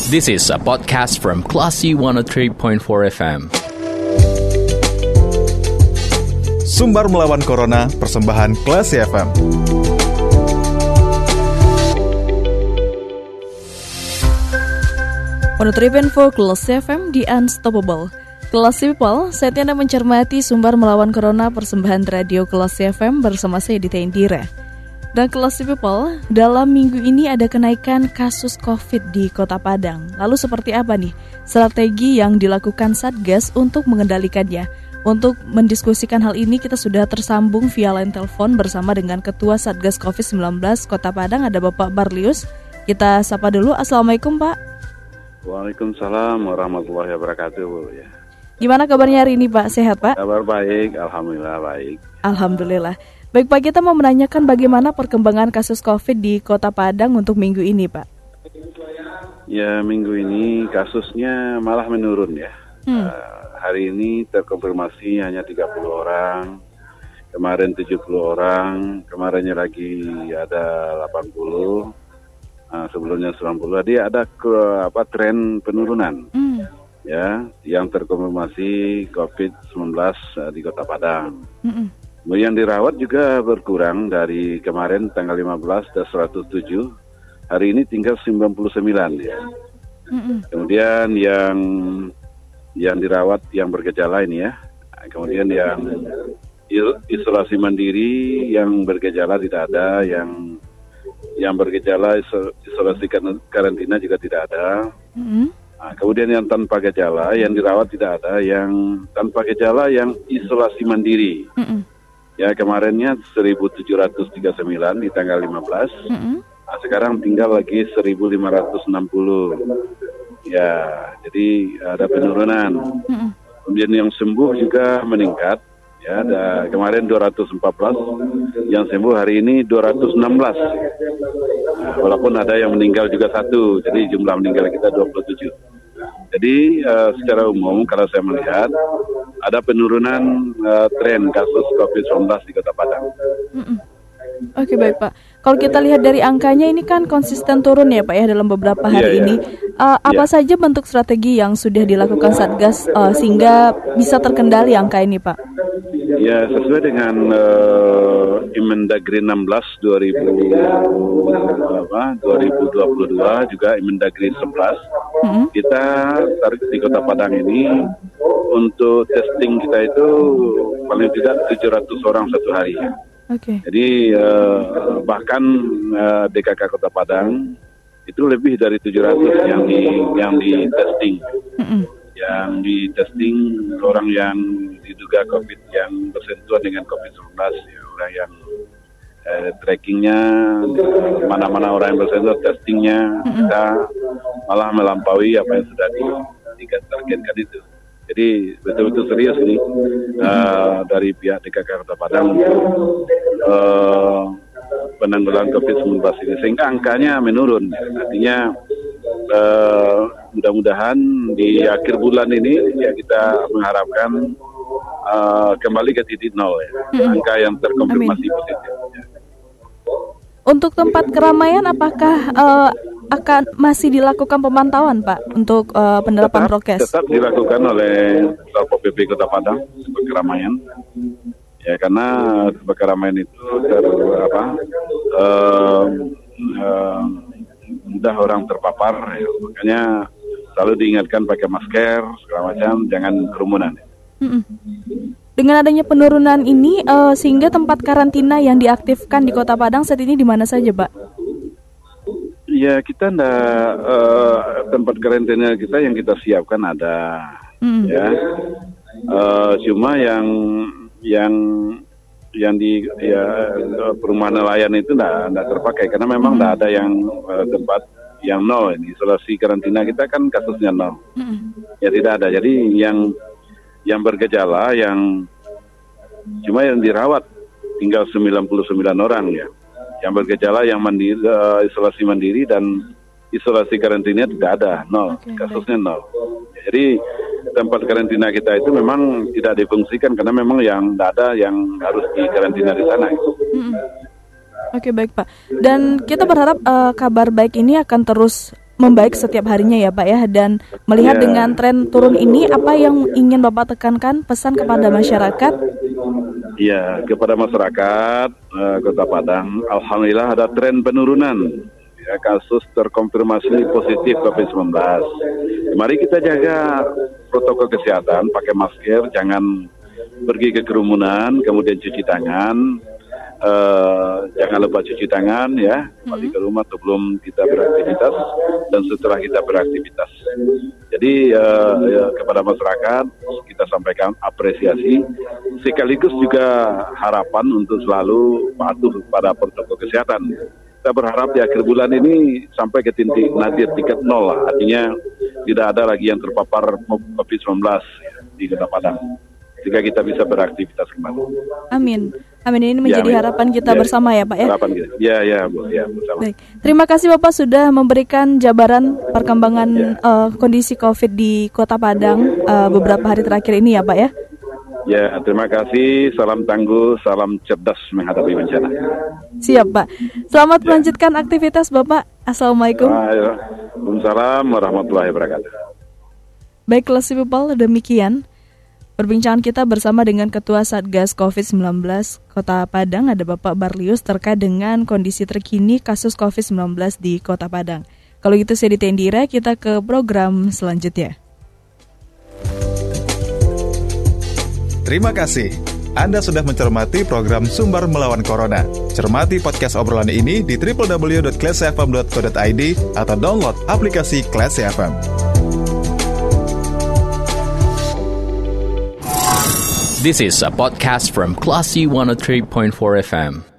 This is a podcast from Classy 103.4 FM. Sumbar melawan Corona, persembahan Classy FM. For Classy FM di Unstoppable. Classy People, saatnya Anda mencermati Sumbar melawan Corona, persembahan radio Classy FM bersama saya Dita Indira. Dan Classy People, dalam minggu ini ada kenaikan kasus COVID di Kota Padang. Lalu seperti apa nih strategi yang dilakukan Satgas untuk mengendalikannya? Untuk mendiskusikan hal ini kita sudah tersambung via line telepon bersama dengan Ketua Satgas COVID-19 Kota Padang, ada Bapak Barlius. Kita sapa dulu. Assalamualaikum Pak. Waalaikumsalam warahmatullahi wabarakatuh. Ya. Gimana kabarnya hari ini Pak? Sehat Pak? Kabar baik, alhamdulillah baik. Alhamdulillah. Baik Pak, kita mau menanyakan bagaimana perkembangan kasus COVID di Kota Padang untuk minggu ini Pak? Ya, minggu ini kasusnya malah menurun ya. Hari ini terkonfirmasi hanya 30 orang, kemarin 70 orang, kemarinnya lagi ada 80, sebelumnya 90. Jadi ada tren penurunan ya, yang terkonfirmasi COVID-19 di Kota Padang. Yang dirawat juga berkurang dari kemarin tanggal 15 ada 107, hari ini tinggal 99 ya. Kemudian yang dirawat yang bergejala ini ya. Kemudian yang isolasi mandiri yang bergejala tidak ada, yang bergejala isolasi karantina juga tidak ada. Kemudian yang tanpa gejala yang dirawat tidak ada, yang tanpa gejala yang isolasi mandiri. Ya, kemarinnya 1.739 di tanggal 15. Sekarang tinggal lagi 1.560. Ya, jadi ada penurunan. Kemudian yang sembuh juga meningkat. Ya, ada kemarin 214, yang sembuh hari ini 216. Walaupun ada yang meninggal juga 1, jadi jumlah meninggal kita 27. Jadi secara umum kalau saya melihat ada penurunan tren kasus COVID-19 di Kota Padang. Oke, baik Pak. Kalau kita lihat dari angkanya ini kan konsisten turun ya Pak ya dalam beberapa hari ini. Apa saja bentuk strategi yang sudah dilakukan Satgas sehingga bisa terkendali angka ini Pak? Ya, sesuai dengan Imendagri 16 2022 juga Imendagri 11, kita tarik di Kota Padang ini untuk testing kita itu paling tidak 700 orang satu hari. Okay. Jadi bahkan DKK Kota Padang itu lebih dari 700 yang di testing. Yang di testing orang yang diduga COVID, yang bersentuhan dengan COVID-19, ya, orang yang trackingnya mana-mana orang yang bersentuhan, testingnya kita malah melampaui apa yang sudah ditargetkan itu. Jadi betul-betul serius nih dari pihak DKK Kota Padang penanggulangan COVID-19 ini, sehingga angkanya menurun. Artinya mudah-mudahan di akhir bulan ini ya kita mengharapkan kembali ke titik nol ya, angka yang terkonfirmasi positif. Ya. Untuk tempat keramaian apakah akan masih dilakukan pemantauan Pak untuk penerapan prokes? Tetap dilakukan oleh Satpol PP Kota Padang tempat keramaian. Ya, karena tempat keramaian itu mudah orang terpapar, ya. Makanya selalu diingatkan pakai masker segala macam, jangan kerumunan. Dengan adanya penurunan ini, sehingga tempat karantina yang diaktifkan di Kota Padang saat ini di mana saja, Pak? Ya, kita tempat karantina kita yang kita siapkan ada, ya. Cuma yang di perumahan nelayan itu tidak terpakai karena memang tidak ada yang tempat yang nol. Ini isolasi karantina kita kan kasusnya nol. Ya tidak ada. Jadi yang bergejala cuma yang dirawat tinggal 99 orang ya. Yang bergejala yang mandiri, isolasi mandiri dan isolasi karantina tidak ada, nol. Kasusnya nol. Jadi tempat karantina kita itu memang tidak difungsikan karena memang yang tidak ada yang harus dikarantina di sana. Oke, baik Pak. Dan kita berharap kabar baik ini akan terus membaik setiap harinya ya Pak ya. Dan melihat dengan tren turun ini, apa yang ingin Bapak tekankan, pesan kepada masyarakat? Ya, kepada masyarakat Kota Padang, alhamdulillah ada tren penurunan kasus terkonfirmasi positif COVID-19. Mari kita jaga protokol kesehatan, pakai masker, jangan pergi ke kerumunan, kemudian cuci tangan, jangan lupa cuci tangan ya, kembali ke rumah sebelum kita beraktivitas dan setelah kita beraktivitas. Jadi kepada masyarakat kita sampaikan apresiasi, sekaligus juga harapan untuk selalu patuh pada protokol kesehatan. Kita berharap di akhir bulan ini sampai ke titik nadir tingkat 0 lah. Artinya tidak ada lagi yang terpapar COVID-19 di Kota Padang, sehingga kita bisa beraktivitas kembali. Amin. Amin, ini menjadi harapan kita bersama ya Pak ya. Harapan kita. Ya bersama. Baik. Terima kasih Bapak sudah memberikan jabaran perkembangan kondisi COVID di Kota Padang beberapa hari terakhir ini ya Pak ya. Ya, terima kasih. Salam tangguh, salam cerdas menghadapi bencana. Siap Pak. Selamat melanjutkan aktivitas Bapak. Assalamualaikum. Waalaikumsalam warahmatullahi wabarakatuh. Baik, Classy People, demikian perbincangan kita bersama dengan Ketua Satgas COVID-19 Kota Padang, ada Bapak Barlius, terkait dengan kondisi terkini kasus COVID-19 di Kota Padang. Kalau gitu saya Dita Indira, kita ke program selanjutnya. Terima kasih. Anda sudah mencermati program Sumber Melawan Corona. Cermati podcast obrolan ini di www.clasyfm.co.id atau download aplikasi Classy FM. This is a podcast from Classy 103.4 FM.